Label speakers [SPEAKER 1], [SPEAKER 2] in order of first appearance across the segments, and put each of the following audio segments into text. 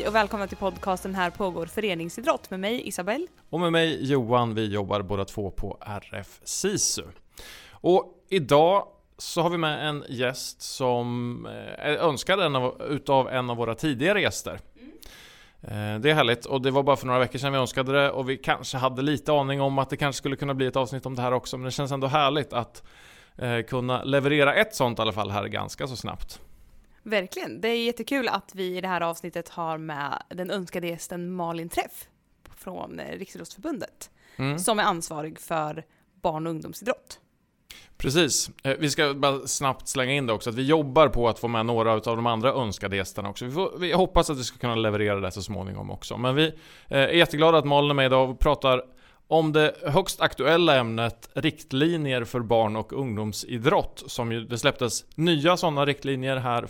[SPEAKER 1] Hej och välkomna till podcasten Här pågår föreningsidrott med mig Isabel.
[SPEAKER 2] Och med mig Johan, vi jobbar båda två på RF SISU. Och idag så har vi med en gäst som är önskad utav en av våra tidigare gäster. Det är härligt och det var bara för några veckor sedan vi önskade det och vi kanske hade lite aning om att det kanske skulle kunna bli ett avsnitt om det här också. Men det känns ändå härligt att kunna leverera ett sånt i alla fall här ganska så snabbt.
[SPEAKER 1] Verkligen, det är jättekul att vi i det här avsnittet har med den önskade gästen Malin Träff från Riksidrottsförbundet som är ansvarig för barn- och ungdomsidrott.
[SPEAKER 2] Precis, vi ska bara snabbt slänga in det också att vi jobbar på att få med några av de andra önskade gästerna också. Vi hoppas att vi ska kunna leverera det så småningom också. Men vi är jätteglada att Malin är med idag och pratar om det högst aktuella ämnet riktlinjer för barn- och ungdomsidrott. Det släpptes nya sådana riktlinjer här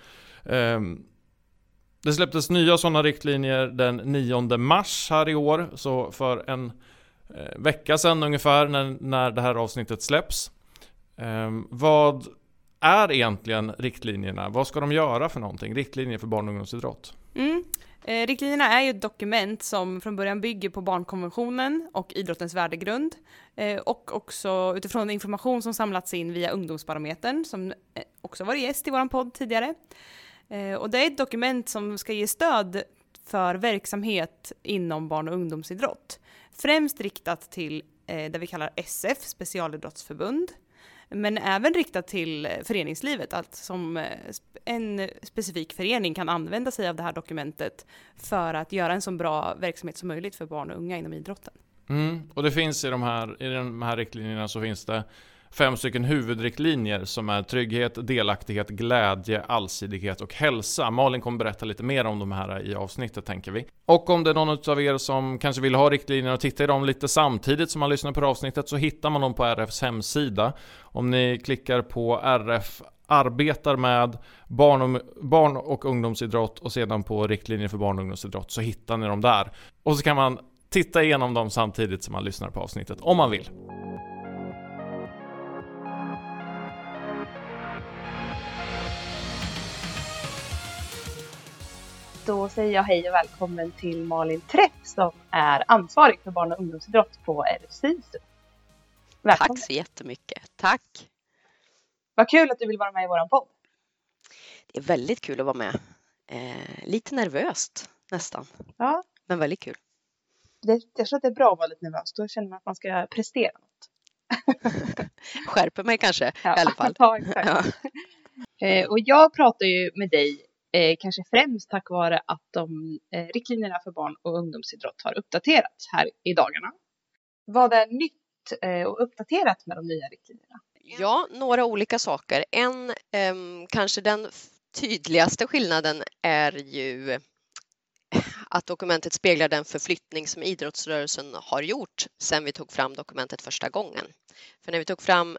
[SPEAKER 2] det släpptes nya sådana riktlinjer den 9 mars här i år. Så för en vecka sedan ungefär när det här avsnittet släpps. Vad är egentligen riktlinjerna? Vad ska de göra för någonting? Riktlinjer för barn- och ungdomsidrott.
[SPEAKER 1] Riktlinjerna är ju ett dokument som från början bygger på barnkonventionen och idrottens värdegrund och också utifrån information som samlats in via ungdomsbarometern som också var gäst i våran podd tidigare. Och det är ett dokument som ska ge stöd för verksamhet inom barn- och ungdomsidrott. Främst riktat till det vi kallar SF, specialidrottsförbund. Men även riktat till föreningslivet, alltså som en specifik förening kan använda sig av det här dokumentet för att göra en så bra verksamhet som möjligt för barn och unga inom idrotten.
[SPEAKER 2] Och det finns i de här riktlinjerna så finns det 5 stycken huvudriktlinjer som är trygghet, delaktighet, glädje, allsidighet och hälsa. Malin kommer berätta lite mer om de här i avsnittet tänker vi. Och om det är någon av er som kanske vill ha riktlinjer och titta i dem lite samtidigt som man lyssnar på avsnittet så hittar man dem på RFs hemsida. Om ni klickar på RF arbetar med barn- och ungdomsidrott och sedan på riktlinjer för barn- och ungdomsidrott så hittar ni dem där. Och så kan man titta igenom dem samtidigt som man lyssnar på avsnittet om man vill.
[SPEAKER 3] Då säger jag hej och välkommen till Malin Träff som är ansvarig för barn- och ungdomsidrott på RF SISU.
[SPEAKER 4] Tack så jättemycket. Tack.
[SPEAKER 3] Vad kul att du vill vara med i våran podd.
[SPEAKER 4] Det är väldigt kul att vara med. Lite nervöst nästan.
[SPEAKER 3] Ja.
[SPEAKER 4] Men väldigt kul.
[SPEAKER 3] Jag tror att det är bra att vara lite nervös. Då känner man att man ska prestera något.
[SPEAKER 4] Skärper mig kanske i alla fall.
[SPEAKER 3] Ja, exakt. Ja. Och jag pratar ju med dig kanske främst tack vare att de riktlinjerna för barn- och ungdomsidrott har uppdaterats här i dagarna. Vad är nytt och uppdaterat med de nya riktlinjerna?
[SPEAKER 4] Ja, några olika saker. Kanske den tydligaste skillnaden är ju att dokumentet speglar den förflyttning som idrottsrörelsen har gjort sedan vi tog fram dokumentet första gången. För när vi tog fram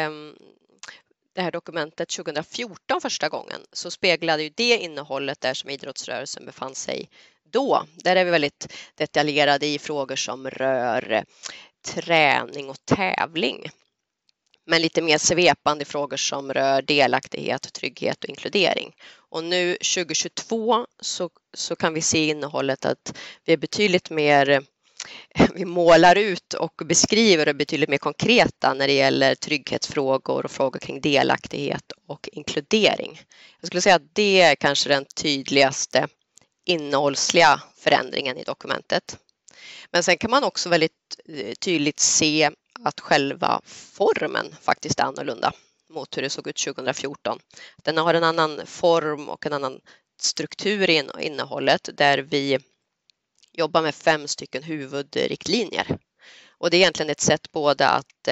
[SPEAKER 4] det här dokumentet 2014 första gången så speglade ju det innehållet där som idrottsrörelsen befann sig då. Där är vi väldigt detaljerade i frågor som rör träning och tävling. Men lite mer svepande frågor som rör delaktighet, trygghet och inkludering. Och nu 2022 så kan vi se innehållet att vi är betydligt mer, vi målar ut och beskriver det betydligt mer konkreta när det gäller trygghetsfrågor och frågor kring delaktighet och inkludering. Jag skulle säga att det är kanske den tydligaste innehållsliga förändringen i dokumentet. Men sen kan man också väldigt tydligt se att själva formen faktiskt är annorlunda mot hur det såg ut 2014. Den har en annan form och en annan struktur i innehållet där vi jobbar med 5 stycken huvudriktlinjer. Och det är egentligen ett sätt både att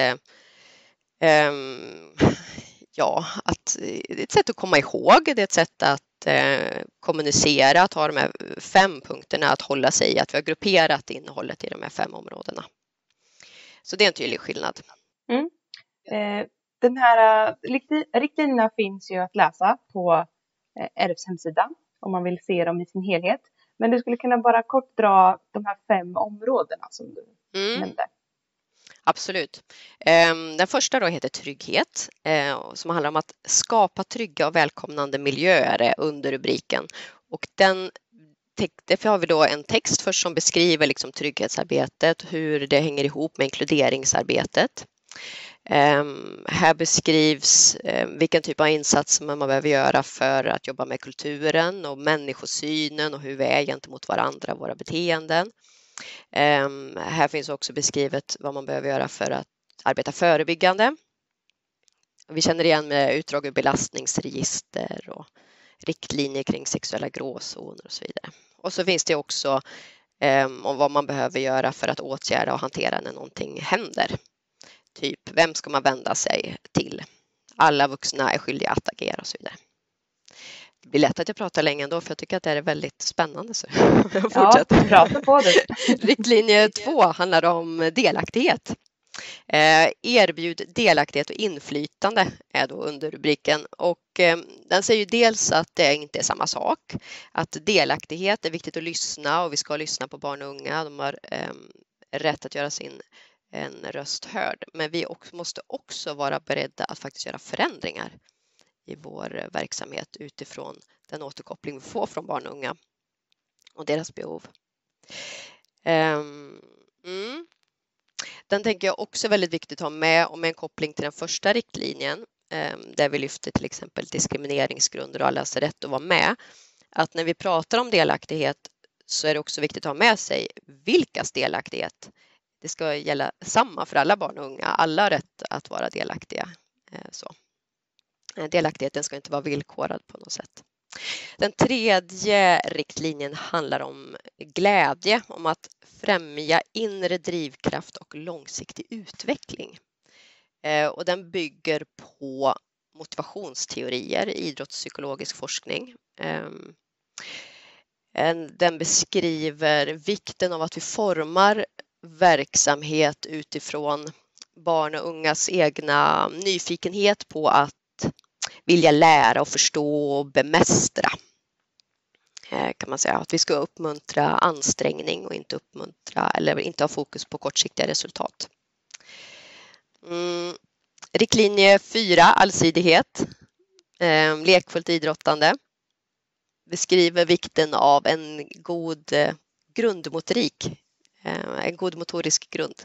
[SPEAKER 4] det är ett sätt att komma ihåg, det är ett sätt att kommunicera, att ha de här 5 punkterna att hålla sig i, att vi har grupperat innehållet i de här 5 områdena. Så det är en tydlig skillnad.
[SPEAKER 3] Den här riktlinjerna finns ju att läsa på RFs hemsida om man vill se dem i sin helhet. Men du skulle kunna bara kort dra de här 5 områdena som du nämnde.
[SPEAKER 4] Absolut. Den första då heter trygghet som handlar om att skapa trygga och välkomnande miljöer under rubriken. Och därför har vi då en text först som beskriver liksom trygghetsarbetet, hur det hänger ihop med inkluderingsarbetet. Här beskrivs vilken typ av insatser man behöver göra för att jobba med kulturen och människosynen och hur vi är gentemot varandra, våra beteenden. Här finns också beskrivet vad man behöver göra för att arbeta förebyggande. Vi känner igen med utdrag ur belastningsregister och riktlinjer kring sexuella gråzoner och så vidare. Och så finns det också om vad man behöver göra för att åtgärda och hantera när någonting händer. Typ, vem ska man vända sig till? Alla vuxna är skyldiga att agera och så vidare. Det blir lätt att jag pratar länge ändå för jag tycker att det är väldigt spännande. Så jag fortsätter.
[SPEAKER 3] Ja, prata på det.
[SPEAKER 4] Riktlinje 2 handlar om delaktighet. Erbjud delaktighet och inflytande är då underrubriken och den säger ju dels att det inte är samma sak, att delaktighet är viktigt att lyssna och vi ska lyssna på barn och unga, de har rätt att göra sin röst hörd, men vi måste också vara beredda att faktiskt göra förändringar i vår verksamhet utifrån den återkoppling vi får från barn och unga och deras behov. Den tänker jag också är väldigt viktigt att ha med och med en koppling till den första riktlinjen där vi lyfter till exempel diskrimineringsgrunder och allas rätt att vara med. Att när vi pratar om delaktighet så är det också viktigt att ha med sig vilkas delaktighet. Det ska gälla samma för alla barn och unga. Alla har rätt att vara delaktiga. Så. Delaktigheten ska inte vara villkorad på något sätt. Den tredje riktlinjen handlar om glädje, om att främja inre drivkraft och långsiktig utveckling. Och den bygger på motivationsteorier, idrottspsykologisk forskning. Den beskriver vikten av att vi formar verksamhet utifrån barn och ungas egna nyfikenhet på att vilja lära och förstå och bemästra. Kan man säga att vi ska uppmuntra ansträngning och inte uppmuntra eller inte ha fokus på kortsiktiga resultat. Riktlinje 4, allsidighet, lekfullt idrottande, beskriver vikten av en god grundmotorik, en god motorisk grund.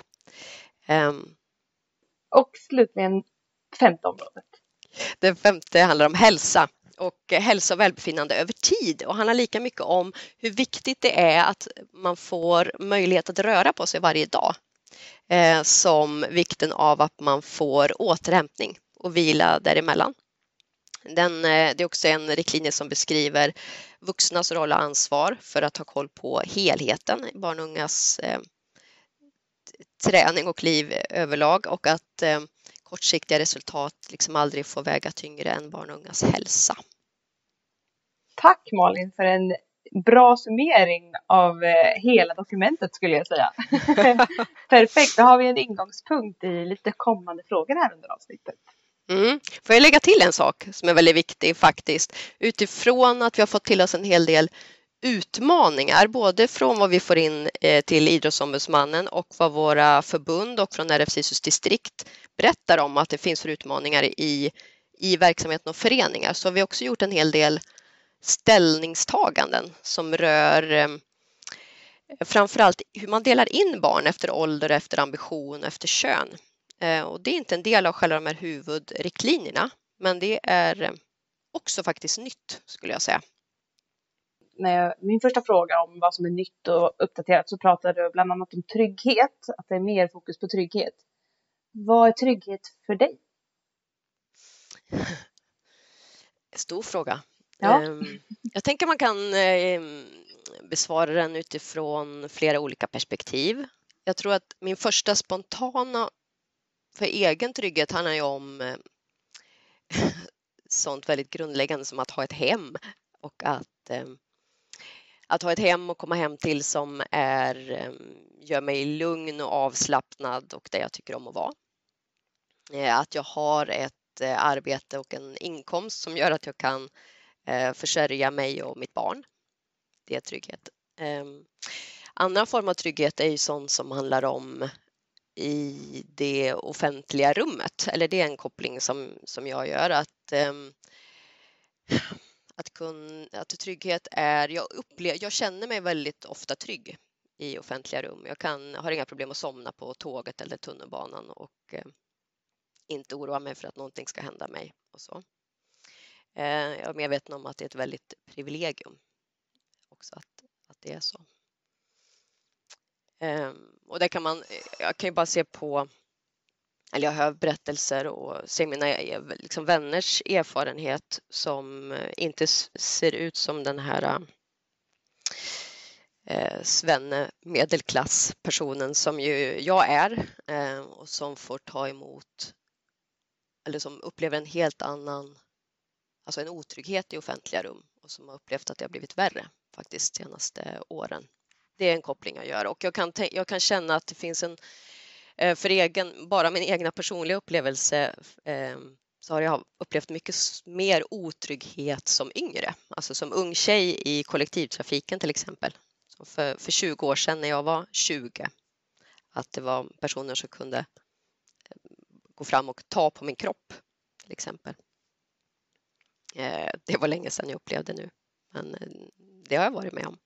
[SPEAKER 3] Och slutligen 5:e området.
[SPEAKER 4] Det 5:e handlar om hälsa och hälsa och välbefinnande över tid och handlar lika mycket om hur viktigt det är att man får möjlighet att röra på sig varje dag som vikten av att man får återhämtning och vila däremellan. Det är också en riktlinje som beskriver vuxnas roll och ansvar för att ha koll på helheten i barn och ungas träning och liv överlag och att kortsiktiga resultat liksom aldrig får väga tyngre än barn och ungas hälsa.
[SPEAKER 3] Tack Malin för en bra summering av hela dokumentet skulle jag säga. Perfekt, då har vi en ingångspunkt i lite kommande frågor här under avsnittet.
[SPEAKER 4] Får jag lägga till en sak som är väldigt viktig faktiskt. Utifrån att vi har fått till oss en hel del utmaningar, både från vad vi får in till Idrottsombudsmannen och vad våra förbund och från RF-SISUs distrikt berättar om att det finns för utmaningar i verksamheten och föreningar. Så har vi också gjort en hel del ställningstaganden som rör framförallt hur man delar in barn efter ålder, efter ambition och efter kön. Och det är inte en del av själva de här huvudriktlinjerna, men det är också faktiskt nytt skulle jag säga.
[SPEAKER 3] Min första fråga om vad som är nytt och uppdaterat så pratade du bland annat om trygghet, att det är mer fokus på trygghet. Vad är trygghet för dig?
[SPEAKER 4] Stor fråga.
[SPEAKER 3] Ja.
[SPEAKER 4] Jag tänker man kan besvara den utifrån flera olika perspektiv. Jag tror att min första spontana för egen trygghet handlar ju om sånt väldigt grundläggande som att ha ett hem och att ha ett hem och komma hem till som gör mig lugn och avslappnad och där jag tycker om att vara. Att jag har ett arbete och en inkomst som gör att jag kan försörja mig och mitt barn. Det är trygghet. Andra former av trygghet är ju sånt som handlar om i det offentliga rummet. Eller det är en koppling som jag gör. Att trygghet är, jag känner mig väldigt ofta trygg i offentliga rum. Har inga problem att somna på tåget eller tunnelbanan och inte oroa mig för att någonting ska hända mig och så. Jag är medveten om att det är ett väldigt privilegium också att det är så. Och det jag kan ju bara se på, eller jag hör berättelser och ser mina liksom vänners erfarenhet som inte ser ut som den här svenne medelklasspersonen som ju jag är och som får ta emot, eller som upplever en helt annan, alltså en otrygghet i offentliga rum och som har upplevt att det har blivit värre faktiskt senaste åren. Det är en koppling jag gör och jag kan känna att det finns bara min egna personliga upplevelse så har jag upplevt mycket mer otrygghet som yngre, alltså som ung tjej i kollektivtrafiken till exempel. Så för 20 år sedan när jag var 20, att det var personer som kunde gå fram och ta på min kropp till exempel. Det var länge sedan jag upplevde nu, men det har jag varit med om.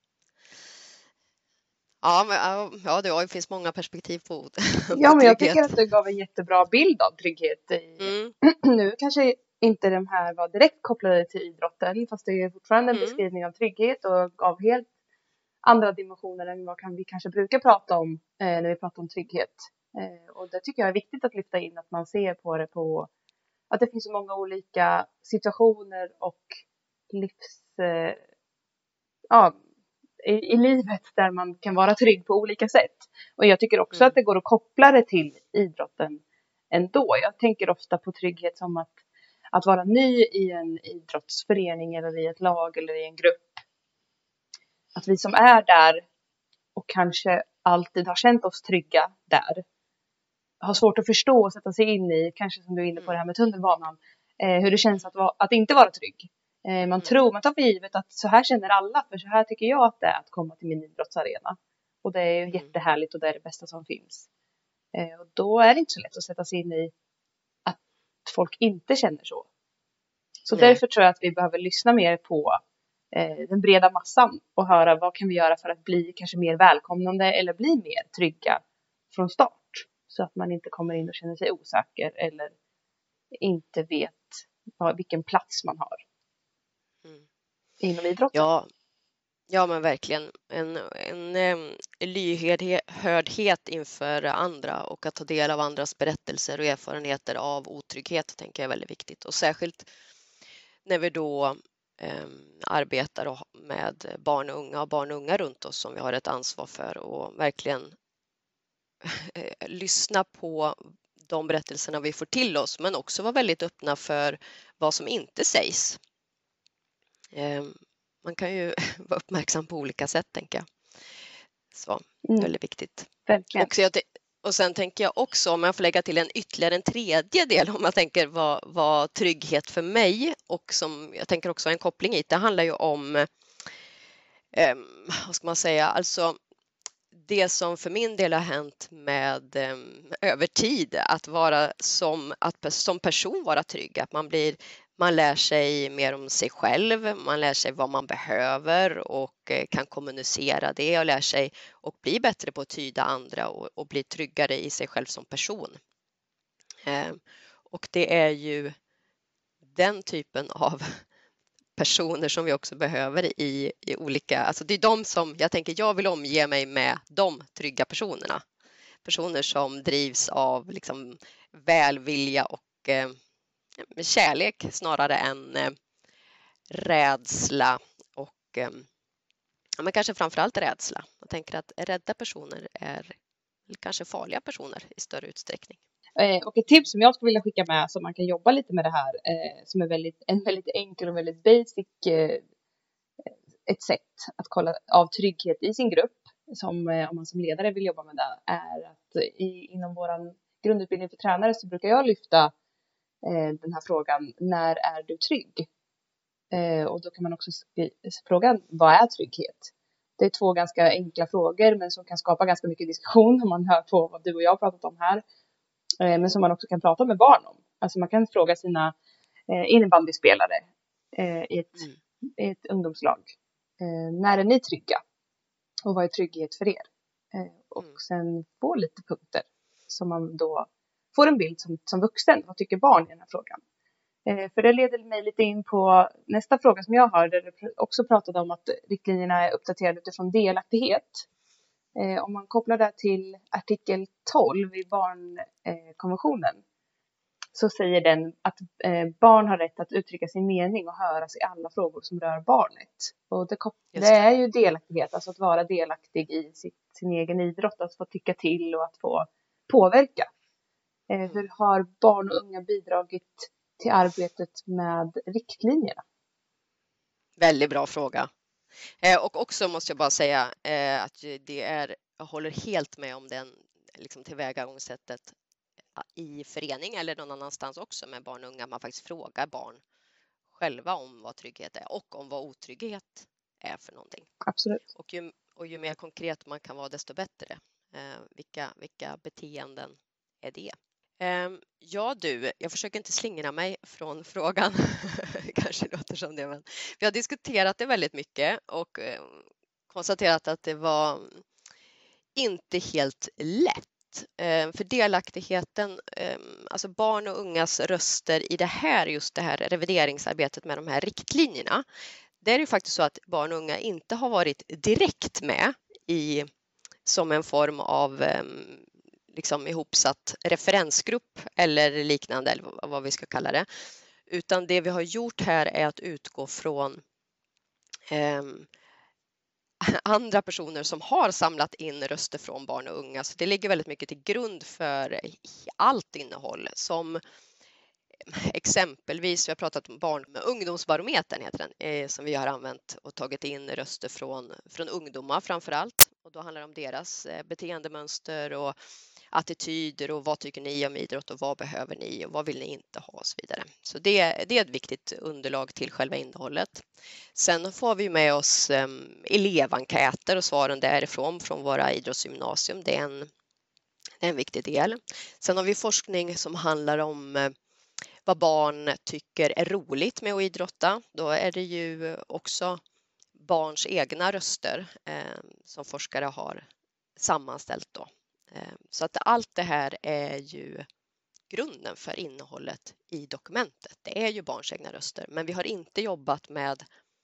[SPEAKER 4] Ja, det finns många perspektiv på
[SPEAKER 3] Ja, men jag
[SPEAKER 4] trygghet.
[SPEAKER 3] tycker att du gav en jättebra bild av trygghet. Nu kanske inte de här var direkt kopplade till idrotten, fast det är fortfarande en beskrivning av trygghet och av helt andra dimensioner än vad vi kanske brukar prata om när vi pratar om trygghet. Och det tycker jag är viktigt att lyfta in, att man ser på det på att det finns så många olika situationer och i livet där man kan vara trygg på olika sätt. Och jag tycker också att det går att koppla det till idrotten ändå. Jag tänker ofta på trygghet som att vara ny i en idrottsförening eller i ett lag eller i en grupp. Att vi som är där och kanske alltid har känt oss trygga där har svårt att förstå och sätta sig in i, kanske som du är inne på det här med tunnelbanan, hur det känns att inte vara trygg. Man tar för givet att så här känner alla, för så här tycker jag att det är att komma till min idrottsarena. Och det är jättehärligt och det är det bästa som finns. Och då är det inte så lätt att sätta sig in i att folk inte känner så. Så därför tror jag att vi behöver lyssna mer på den breda massan och höra vad kan vi göra för att bli kanske mer välkomnande eller bli mer trygga från start. Så att man inte kommer in och känner sig osäker eller inte vet vilken plats man har inom idrotten.
[SPEAKER 4] Ja, men verkligen. En lyhördhet inför andra och att ta del av andras berättelser och erfarenheter av otrygghet tänker jag är väldigt viktigt. Och särskilt när vi då arbetar med barn och unga runt oss som vi har ett ansvar för, och verkligen lyssna på de berättelserna vi får till oss, men också vara väldigt öppna för vad som inte sägs. Man kan ju vara uppmärksam på olika sätt, tänker jag. Så, väldigt viktigt.
[SPEAKER 3] Verkligen.
[SPEAKER 4] Och sen tänker jag också, om jag får lägga till ytterligare en tredje del, om jag tänker vad trygghet för mig, och som jag tänker också en koppling hit, det handlar ju om, vad ska man säga, alltså det som för min del har hänt med över tid, att vara som person vara trygg, att man lär sig mer om sig själv, man lär sig vad man behöver och kan kommunicera det och lär sig och bli bättre på att tyda andra och bli tryggare i sig själv som person. Och det är ju den typen av personer som vi också behöver i olika, alltså det är de som jag tänker jag vill omge mig med, de trygga personerna. Personer som drivs av liksom välvilja och kärlek snarare än rädsla och men kanske framförallt rädsla. Jag tänker att rädda personer är kanske farliga personer i större utsträckning.
[SPEAKER 3] Och ett tips som jag skulle vilja skicka med, som man kan jobba lite med det här, som är en väldigt enkel och väldigt basic ett sätt att kolla av trygghet i sin grupp, som om man som ledare vill jobba med det, är att inom våran grundutbildning för tränare så brukar jag lyfta den här frågan, när är du trygg? Och då kan man också fråga, vad är trygghet? Det är 2 ganska enkla frågor, men som kan skapa ganska mycket diskussion om man hör på vad du och jag har pratat om här. Men som man också kan prata med barn om. Alltså man kan fråga sina innebandyspelare i ett i ett ungdomslag. När är ni trygga? Och vad är trygghet för er? Och sen få lite punkter som man då får en bild som vuxen. Vad tycker barn i den här frågan? För det leder mig lite in på nästa fråga som jag har. Där du också pratade om att riktlinjerna är uppdaterade utifrån delaktighet. Om man kopplar det till artikel 12 i barnkonventionen. Så säger den att barn har rätt att uttrycka sin mening och höras i alla frågor som rör barnet. Och det är ju delaktighet, alltså att vara delaktig i sin egen idrott. Att få tycka till och att få påverka. Hur har barn och unga bidragit till arbetet med riktlinjerna?
[SPEAKER 4] Väldigt bra fråga. Och också måste jag bara säga att jag håller helt med om den liksom, tillvägagångssättet i förening eller någon annanstans också med barn och unga. Man faktiskt frågar barn själva om vad trygghet är och om vad otrygghet är för någonting.
[SPEAKER 3] Absolut.
[SPEAKER 4] Och ju mer konkret man kan vara desto bättre. Vilka beteenden är det? Ja du, jag försöker inte slingra mig från frågan. Kanske låter som det, men vi har diskuterat det väldigt mycket och konstaterat att det var inte helt lätt. För delaktigheten, alltså barn och ungas röster i just det här revideringsarbetet med de här riktlinjerna. Det är ju faktiskt så att barn och unga inte har varit direkt med som en form av liksom ihopsatt referensgrupp eller liknande, eller vad vi ska kalla det. Utan det vi har gjort här är att utgå från andra personer som har samlat in röster från barn och unga. Så det ligger väldigt mycket till grund för allt innehåll. Som exempelvis, vi har pratat om barn med ungdomsbarometern heter den, som vi har använt och tagit in röster från ungdomar framför allt. Och då handlar det om deras beteendemönster och attityder och vad tycker ni om idrott och vad behöver ni och vad vill ni inte ha och så vidare. Så det är ett viktigt underlag till själva innehållet. Sen får vi med oss elevenkäter och svaren därifrån från våra idrottsgymnasium. Det är en viktig del. Sen har vi forskning som handlar om vad barn tycker är roligt med att idrotta. Då är det ju också barns egna röster som forskare har sammanställt då. Så att allt det här är ju grunden för innehållet i dokumentet. Det är ju barns egna röster, men vi har inte jobbat med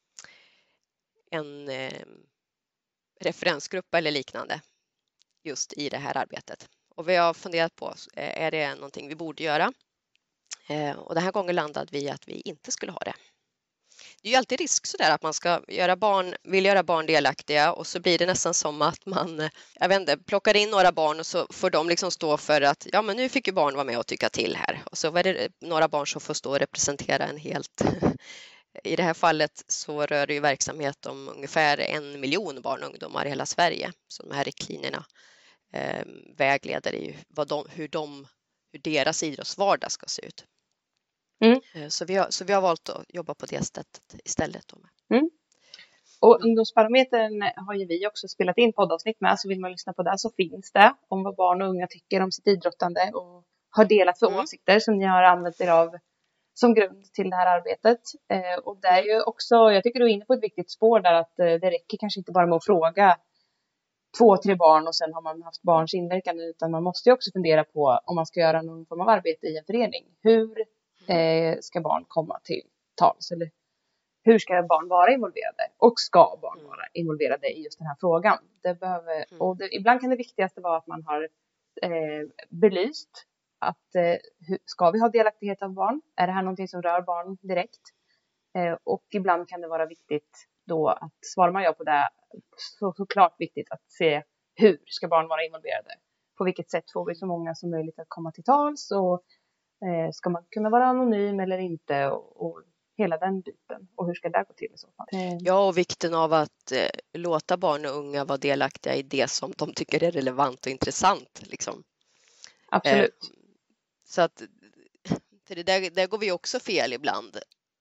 [SPEAKER 4] en referensgrupp eller liknande just i det här arbetet. Och vi har funderat på, är det någonting vi borde göra? Och den här gången landade vi att vi inte skulle ha det. Det är ju alltid risk sådär att man ska vill göra barn delaktiga och så blir det nästan som att man, plockar in några barn och så får de liksom stå för att ja men nu fick ju barn vara med och tycka till här. Och så var det några barn som får stå och representera en helt, i det här fallet så rör det ju verksamhet om ungefär 1 miljon barn och ungdomar i hela Sverige. Så de här riktlinjerna vägleder i hur deras idrottsvardag ska se ut. Så vi har valt att jobba på det sättet istället.
[SPEAKER 3] Och ungdomsbarometern har ju vi också spelat in poddavsnitt med, så vill man lyssna på det så finns det om vad barn och unga tycker om sitt idrottande och har delat för åsikter som ni har använt er av som grund till det här arbetet. Och det är ju också, jag tycker du är inne på ett viktigt spår där, att det räcker kanske inte bara med att fråga 2-3 barn och sen har man haft barns inverkan, utan man måste ju också fundera på om man ska göra någon form av arbete i en förening. Hur ska barn komma till tals? Eller hur ska barn vara involverade? Och ska barn vara involverade i just den här frågan? Ibland kan det viktigaste vara att man har belyst att ska vi ha delaktighet av barn? Är det här någonting som rör barn direkt? Och ibland kan det vara viktigt då att svarar man ja på det, såklart viktigt att se hur ska barn vara involverade? På vilket sätt får vi så många som möjligt att komma till tals? Och ska man kunna vara anonym eller inte? Och hela den biten. Och hur ska det gå till i så fall?
[SPEAKER 4] Ja, och vikten av att låta barn och unga vara delaktiga i det som de tycker är relevant och intressant. Liksom.
[SPEAKER 3] Absolut.
[SPEAKER 4] Så att där går vi också fel ibland.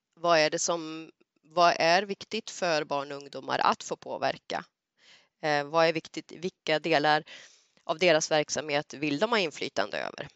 [SPEAKER 4] Vad är viktigt för barn och ungdomar att få påverka? Vad är viktigt? Vilka delar av deras verksamhet vill de ha inflytande över?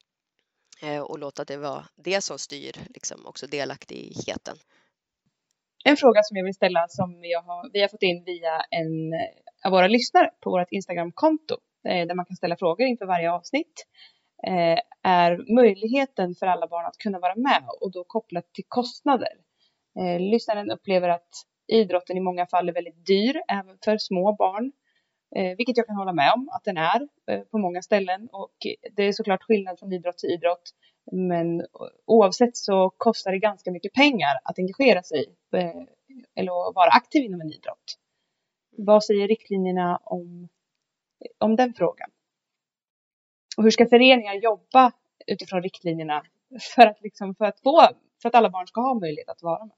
[SPEAKER 4] Och låta det vara det som styr liksom också delaktigheten.
[SPEAKER 3] En fråga som jag vill ställa som vi har fått in via en av våra lyssnare på vårt Instagram-konto där man kan ställa frågor inför varje avsnitt är möjligheten för alla barn att kunna vara med och då kopplat till kostnader. Lyssnaren upplever att idrotten i många fall är väldigt dyr även för små barn. Vilket jag kan hålla med om att den är på många ställen. Och det är såklart skillnad från idrott till idrott. Men oavsett så kostar det ganska mycket pengar att engagera sig eller att vara aktiv inom en idrott. Vad säger riktlinjerna om den frågan? Och hur ska föreningar jobba utifrån riktlinjerna för att alla barn ska ha möjlighet att vara med?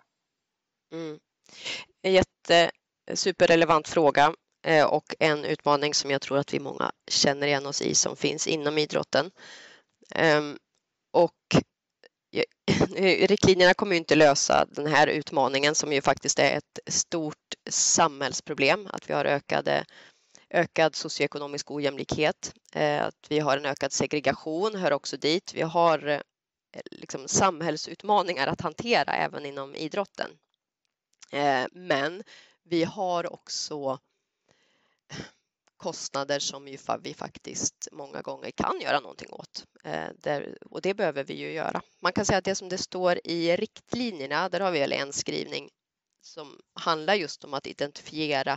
[SPEAKER 4] En superrelevant fråga och en utmaning som jag tror att vi många känner igen oss i som finns inom idrotten. Och riktlinjerna kommer ju inte lösa den här utmaningen som ju faktiskt är ett stort samhällsproblem. Att vi har ökad socioekonomisk ojämlikhet, att vi har en ökad segregation hör också dit. Vi har liksom samhällsutmaningar att hantera även inom idrotten. Men vi har också kostnader som vi faktiskt många gånger kan göra någonting åt. Och det behöver vi ju göra. Man kan säga att det som det står i riktlinjerna, där har vi väl en skrivning som handlar just om att identifiera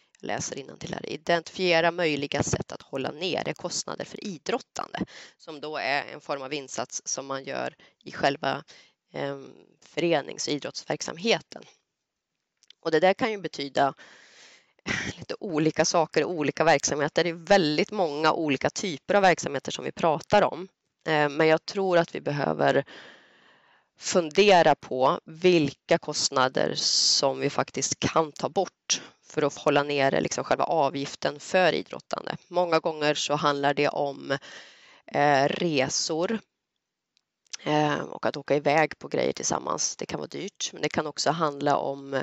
[SPEAKER 4] möjliga sätt att hålla nere kostnader för idrottande. Som då är en form av insats som man gör i själva förenings- och idrottsverksamheten. Och det där kan ju betyda lite olika saker, olika verksamheter. Det är väldigt många olika typer av verksamheter som vi pratar om. Men jag tror att vi behöver fundera på vilka kostnader som vi faktiskt kan ta bort för att hålla nere liksom själva avgiften för idrottande. Många gånger så handlar det om resor och att åka iväg på grejer tillsammans. Det kan vara dyrt, men det kan också handla om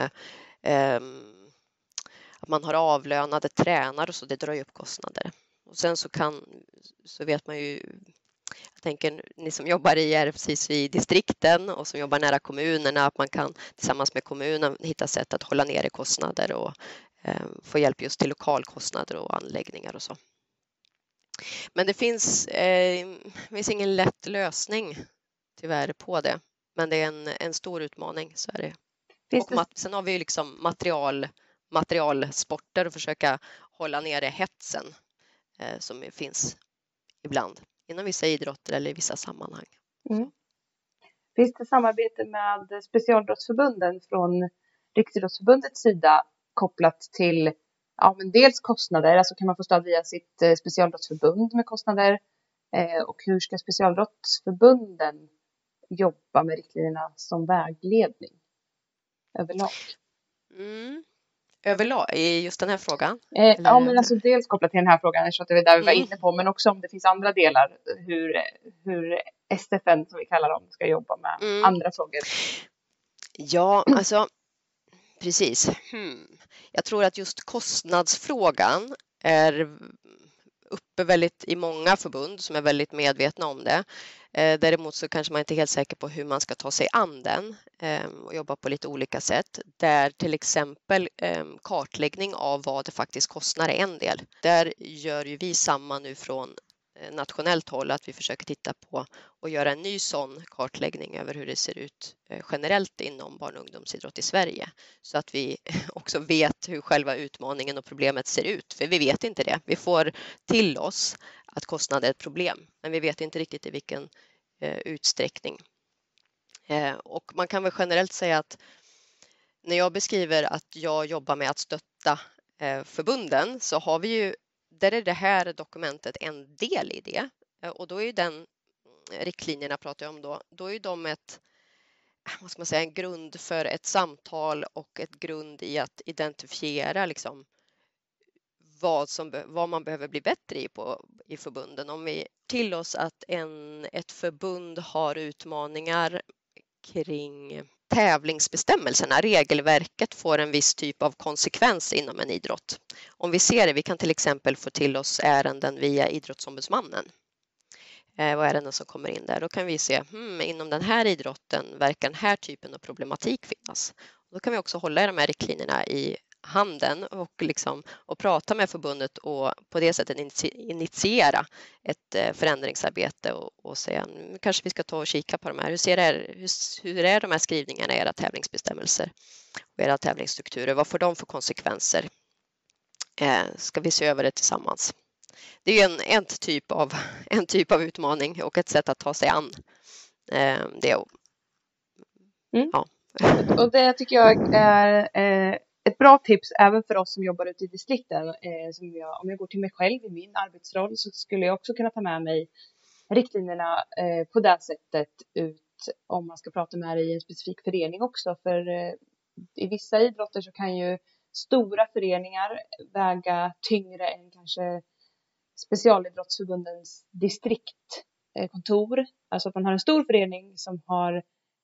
[SPEAKER 4] att man har avlönade tränare, så det drar ju upp kostnader. Och sen så vet man ju, jag tänker ni som jobbar precis i distrikten och som jobbar nära kommunerna, att man kan tillsammans med kommunen hitta sätt att hålla nere kostnader och få hjälp just till lokalkostnader och anläggningar och så. Men det finns ingen lätt lösning tyvärr på det. Men det är en stor utmaning, så är det. Sen har vi ju liksom materialsporter och försöka hålla nere hetsen som finns ibland inom vissa idrotter eller i vissa sammanhang.
[SPEAKER 3] Mm. Finns det samarbete med specialidrottsförbunden från Riksidrottsförbundets sida kopplat till dels kostnader, alltså kan man få stöd via sitt specialidrottsförbund med kostnader, och hur ska specialidrottsförbunden jobba med riktlinjerna som vägledning överlag?
[SPEAKER 4] Överlag i just den här frågan?
[SPEAKER 3] Men alltså dels kopplat till den här frågan, så att det är där vi var inne på, men också om det finns andra delar, hur SFN som vi kallar dem ska jobba med andra frågor.
[SPEAKER 4] Ja, alltså precis. Jag tror att just kostnadsfrågan är uppe väldigt i många förbund som är väldigt medvetna om det. Däremot så kanske man inte är helt säker på hur man ska ta sig an den och jobba på lite olika sätt. Där till exempel kartläggning av vad det faktiskt kostar är en del. Där gör ju vi samma nu från nationellt håll, att vi försöker titta på och göra en ny sån kartläggning över hur det ser ut generellt inom barn- och ungdomsidrott i Sverige. Så att vi också vet hur själva utmaningen och problemet ser ut. För vi vet inte det. Vi får till oss att kostnad är ett problem, men vi vet inte riktigt i vilken utsträckning. Och man kan väl generellt säga att när jag beskriver att jag jobbar med att stötta förbunden, så har vi ju, där är det här dokumentet en del i det. Och då är ju den riktlinjerna pratar jag om då är ju de en grund för ett samtal och ett grund i att identifiera liksom vad man behöver bli bättre i förbunden. Om vi till oss att ett förbund har utmaningar kring tävlingsbestämmelserna, regelverket får en viss typ av konsekvens inom en idrott. Om vi ser det, vi kan till exempel få till oss ärenden via idrottsombudsmannen. Och ärenden som kommer in där, då kan vi se inom den här idrotten verkar den här typen av problematik finnas. Då kan vi också hålla i de här riktlinjerna i handen och prata med förbundet och på det sättet initiera ett förändringsarbete och säga kanske vi ska ta och kika på de här. Hur är de här skrivningarna i era tävlingsbestämmelser och era tävlingsstrukturer? Vad får de för konsekvenser? Ska vi se över det tillsammans? Det är en typ av utmaning och ett sätt att ta sig an det.
[SPEAKER 3] Ja. Och det tycker jag är ett bra tips även för oss som jobbar ute i distrikten. Om jag går till mig själv i min arbetsroll så skulle jag också kunna ta med mig riktlinjerna på det sättet ut om man ska prata med det i en specifik förening också. För i vissa idrotter så kan ju stora föreningar väga tyngre än kanske specialidrottsförbundens distriktkontor. Alltså att man har en stor förening som har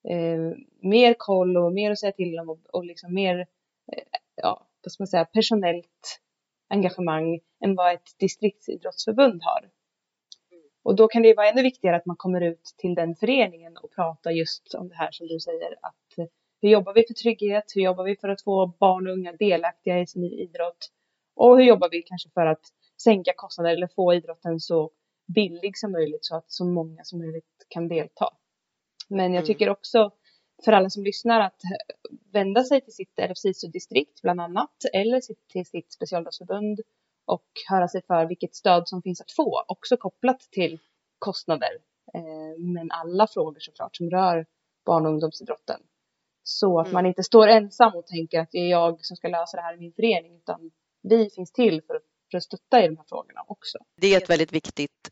[SPEAKER 3] mer koll och mer att säga till om och liksom mer vad ska man säga, personellt engagemang än vad ett distriktsidrottsförbund har. Och då kan det ju vara ännu viktigare att man kommer ut till den föreningen och pratar just om det här som du säger, att hur jobbar vi för trygghet, hur jobbar vi för att få barn och unga delaktiga i sin idrott och hur jobbar vi kanske för att sänka kostnader eller få idrotten så billig som möjligt så att så många som möjligt kan delta. Men jag tycker också för alla som lyssnar att vända sig till sitt RF-SISU-distrikt bland annat eller till sitt specialidrottsförbund och höra sig för vilket stöd som finns att få, också kopplat till kostnader. Men alla frågor såklart som rör barn- och ungdomsidrotten. Så att man inte står ensam och tänker att det är jag som ska lösa det här i min förening, utan vi finns till för att stötta i de här frågorna också.
[SPEAKER 4] Det är ett väldigt viktigt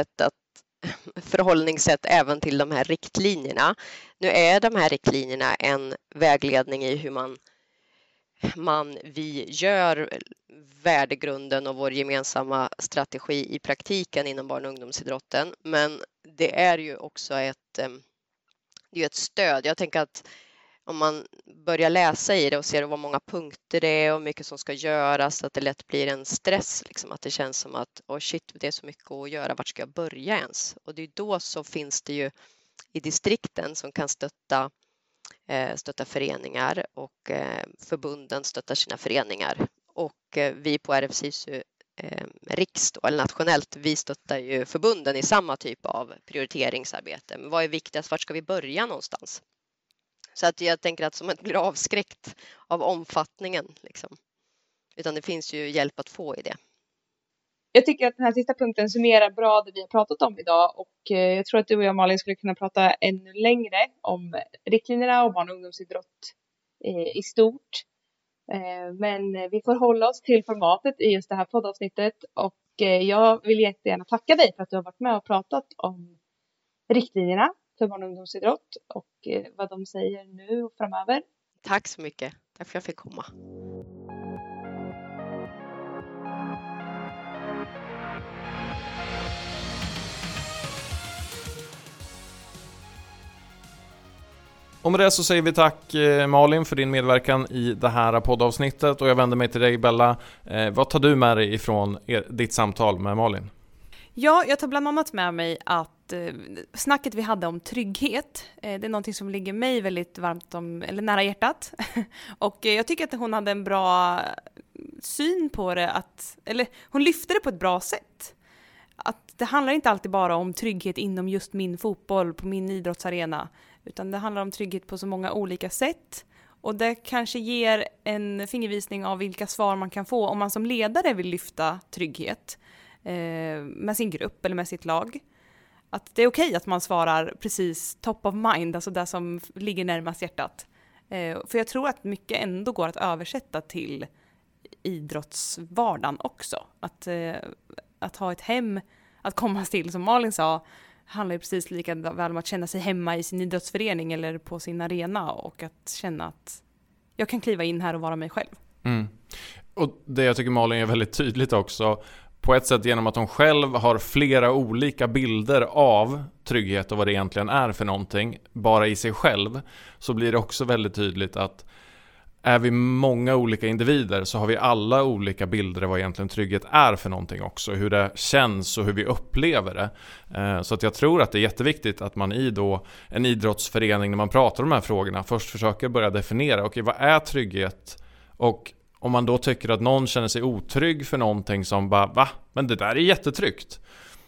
[SPEAKER 4] förhållningssätt även till de här riktlinjerna. Nu är de här riktlinjerna en vägledning i hur vi gör värdegrunden och vår gemensamma strategi i praktiken inom barn- och ungdomsidrotten. Men det är ju också ett stöd. Jag tänker att om man börjar läsa i det och ser vad många punkter det är och mycket som ska göras, att det lätt blir en stress, liksom, att det känns som att det är så mycket att göra, vart ska jag börja ens? Och det är då så finns det ju i distrikten som kan stötta föreningar och förbunden stöttar sina föreningar. Och vi på RF-SISU eller nationellt, vi stöttar ju förbunden i samma typ av prioriteringsarbete. Men vad är viktigast? Vart ska vi börja någonstans? Så att jag tänker att som inte blir avskräckt av omfattningen. Liksom. Utan det finns ju hjälp att få i det.
[SPEAKER 3] Jag tycker att den här sista punkten summerar bra det vi har pratat om idag. Och jag tror att du och jag, Malin, skulle kunna prata ännu längre om riktlinjerna och barn- och ungdomsidrott i stort. Men vi får hålla oss till formatet i just det här poddavsnittet. Och jag vill jättegärna tacka dig för att du har varit med och pratat om riktlinjerna för barn- och ungdomsidrott och vad de säger nu och framöver.
[SPEAKER 4] Tack så mycket. Tack för att jag fick komma.
[SPEAKER 2] Och med det så säger vi tack Malin för din medverkan i det här poddavsnittet och jag vänder mig till dig Bella. Vad tar du med dig ifrån ditt samtal med Malin?
[SPEAKER 1] Ja, jag tar bland annat med mig att snacket vi hade om trygghet, det är någonting som ligger mig väldigt varmt nära hjärtat. Och jag tycker att hon hade en bra syn på det, hon lyfte det på ett bra sätt. Att det handlar inte alltid bara om trygghet inom just min fotboll på min idrottsarena, utan det handlar om trygghet på så många olika sätt. Och det kanske ger en fingervisning av vilka svar man kan få om man som ledare vill lyfta trygghet med sin grupp eller med sitt lag. Att det är okej att man svarar precis top of mind, alltså det som ligger närmast hjärtat. För jag tror att mycket ändå går att översätta till idrottsvardagen också. Att ha ett hem att komma till, som Malin sa, handlar ju precis lika väl om att känna sig hemma i sin idrottsförening eller på sin arena och att känna att jag kan kliva in här och vara mig själv.
[SPEAKER 2] Mm. Och det jag tycker Malin är väldigt tydligt också, på ett sätt genom att hon själv har flera olika bilder av trygghet och vad det egentligen är för någonting, bara i sig själv, så blir det också väldigt tydligt att är vi många olika individer så har vi alla olika bilder av vad egentligen trygghet är för någonting också. Hur det känns och hur vi upplever det. Så att jag tror att det är jätteviktigt att man i då en idrottsförening när man pratar om de här frågorna först försöker börja definiera, okej, vad är trygghet? Och om man då tycker att någon känner sig otrygg för någonting som bara, va? Men det där är jättetryggt.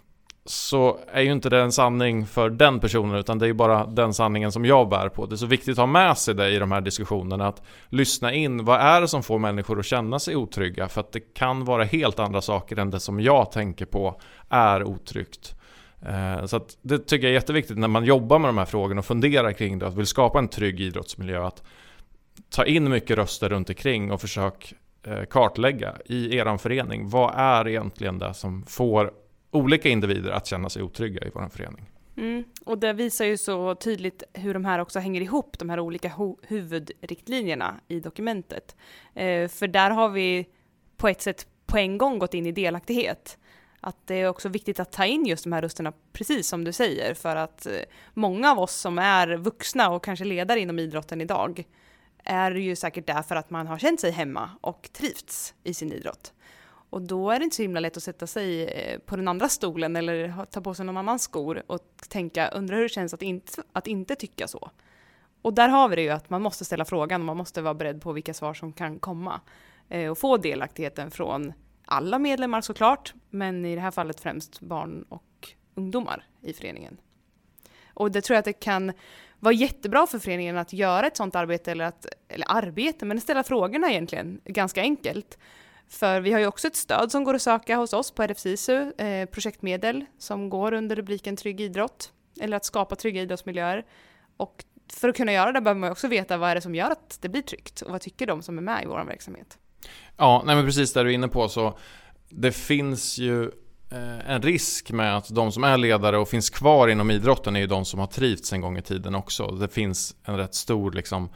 [SPEAKER 2] Så är ju inte det en sanning för den personen, utan det är ju bara den sanningen som jag bär på. Det är så viktigt att ha med sig det i de här diskussionerna, att lyssna in, vad är det som får människor att känna sig otrygga? För att det kan vara helt andra saker än det som jag tänker på är otryggt. Så att det tycker jag är jätteviktigt när man jobbar med de här frågorna och funderar kring det, att vill skapa en trygg idrottsmiljö, att ta in mycket röster runt omkring och försök kartlägga i eran förening, vad är egentligen det som får olika individer att känna sig otrygga i vår förening.
[SPEAKER 1] Och det visar ju så tydligt hur de här också hänger ihop, de här olika huvudriktlinjerna i dokumentet. För där har vi på ett sätt på en gång gått in i delaktighet. Att det är också viktigt att ta in just de här rösterna, precis som du säger, för att många av oss som är vuxna och kanske ledare inom idrotten idag är ju säkert där för att man har känt sig hemma och trivts i sin idrott. Och då är det inte så himla lätt att sätta sig på den andra stolen eller ta på sig någon annans skor och tänka, undrar hur det känns att inte tycka så. Och där har vi det ju att man måste ställa frågan och man måste vara beredd på vilka svar som kan komma. Och få delaktigheten från alla medlemmar såklart, men i det här fallet främst barn och ungdomar i föreningen. Och det tror jag att det kan vara jättebra för föreningen att göra ett sådant arbete, men ställa frågorna egentligen ganska enkelt. För vi har ju också ett stöd som går att söka hos oss på RF-SISU, projektmedel som går under rubriken Trygg idrott, eller att skapa trygga idrottsmiljöer. Och för att kunna göra det behöver man också veta vad är det som gör att det blir tryggt och vad tycker de som är med i vår verksamhet.
[SPEAKER 2] Ja, nej men precis där du är inne på, så det finns ju en risk med att de som är ledare och finns kvar inom idrotten är ju de som har trivts en gång i tiden också. Det finns en rätt stor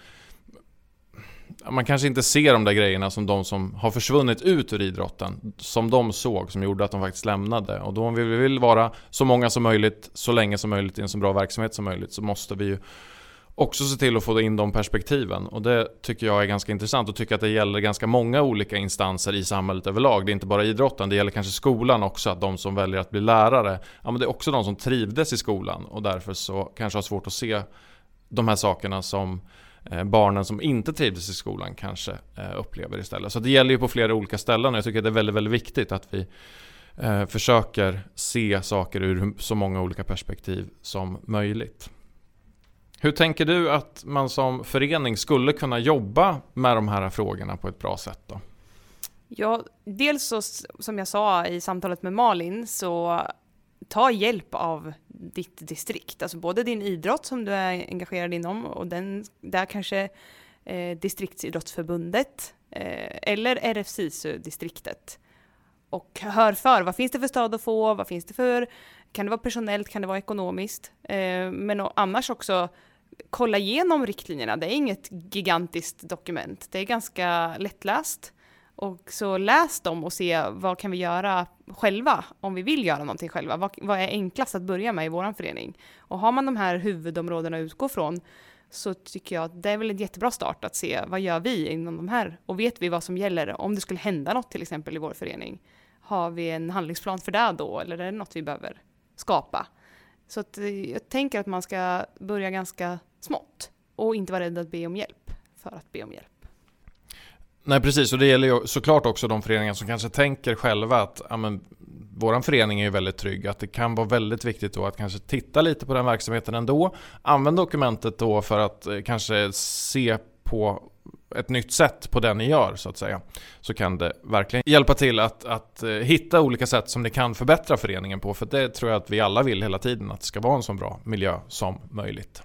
[SPEAKER 2] man kanske inte ser de där grejerna som de som har försvunnit ut ur idrotten, som de såg, som gjorde att de faktiskt lämnade. Och då om vi vill vara så många som möjligt, så länge som möjligt i en så bra verksamhet som möjligt, så måste vi ju också se till att få in de perspektiven. Och det tycker jag är ganska intressant och tycker att det gäller ganska många olika instanser i samhället överlag. Det är inte bara idrotten, det gäller kanske skolan också, att de som väljer att bli lärare, ja, men det är också de som trivdes i skolan och därför så kanske har svårt att se de här sakerna som barnen som inte trivdes i skolan kanske upplever istället. Så det gäller ju på flera olika ställen och jag tycker att det är väldigt, väldigt viktigt att vi försöker se saker ur så många olika perspektiv som möjligt. Hur tänker du att man som förening skulle kunna jobba med de här frågorna på ett bra sätt då?
[SPEAKER 1] Ja, dels så, som jag sa i samtalet med Malin, så ta hjälp av ditt distrikt. Alltså både din idrott som du är engagerad inom och där kanske distriktsidrottsförbundet eller RF-SISU-distriktet. Och hör för, vad finns det för stöd att få? Vad finns det för, kan det vara personellt, kan det vara ekonomiskt? Men annars också kolla igenom riktlinjerna. Det är inget gigantiskt dokument. Det är ganska lättläst. Och så läs dem och se vad kan vi göra själva om vi vill göra någonting själva. Vad är enklast att börja med i vår förening? Och har man de här huvudområdena att utgå från så tycker jag att det är väl en jättebra start att se vad gör vi inom de här och vet vi vad som gäller om det skulle hända något till exempel i vår förening. Har vi en handlingsplan för det då eller är det något vi behöver skapa? Så att jag tänker att man ska börja ganska smått och inte vara rädd att be om hjälp för att be om hjälp.
[SPEAKER 2] Nej precis, och det gäller ju såklart också de föreningar som kanske tänker själva att våran förening är ju väldigt trygg, att det kan vara väldigt viktigt då att kanske titta lite på den verksamheten ändå, använd dokumentet då för att kanske se på ett nytt sätt på det ni gör så att säga, så kan det verkligen hjälpa till att hitta olika sätt som ni kan förbättra föreningen på, för det tror jag att vi alla vill hela tiden, att det ska vara en så bra miljö som möjligt.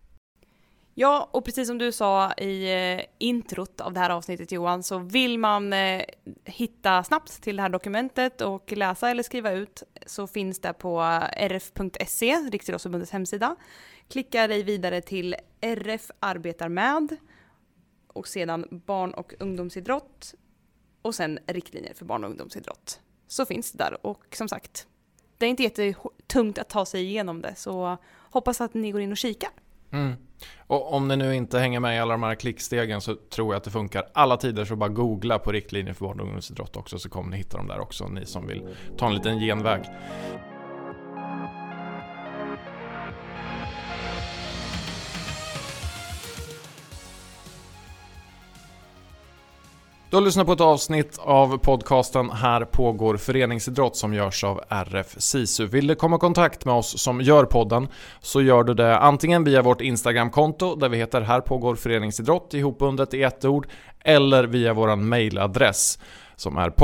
[SPEAKER 1] Ja, och precis som du sa i introt av det här avsnittet Johan, så vill man hitta snabbt till det här dokumentet och läsa eller skriva ut så finns det på rf.se, Riksidrottsförbundets hemsida. Klicka dig vidare till RF arbetar med och sedan barn- och ungdomsidrott och sen riktlinjer för barn- och ungdomsidrott. Så finns det där och som sagt, det är inte jättetungt att ta sig igenom det så hoppas att ni går in och kikar.
[SPEAKER 2] Och om ni nu inte hänger med i alla de här klickstegen så tror jag att det funkar alla tider, så bara googla på riktlinjer för barn- och ungdomsidrott också, så kommer ni hitta dem där också, ni som vill ta en liten genväg. Du har lyssnat på ett avsnitt av podcasten Här pågår föreningsidrott som görs av RF SISU. Vill du komma i kontakt med oss som gör podden så gör du det antingen via vårt Instagram-konto där vi heter Här pågår föreningsidrott ihopbundet i ett ord, eller via våran mailadress som är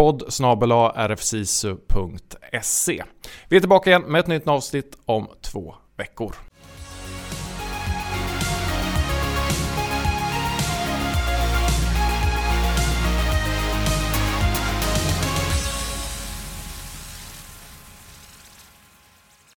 [SPEAKER 2] podd@rfsisu.se. Vi är tillbaka igen med ett nytt avsnitt om 2 veckor.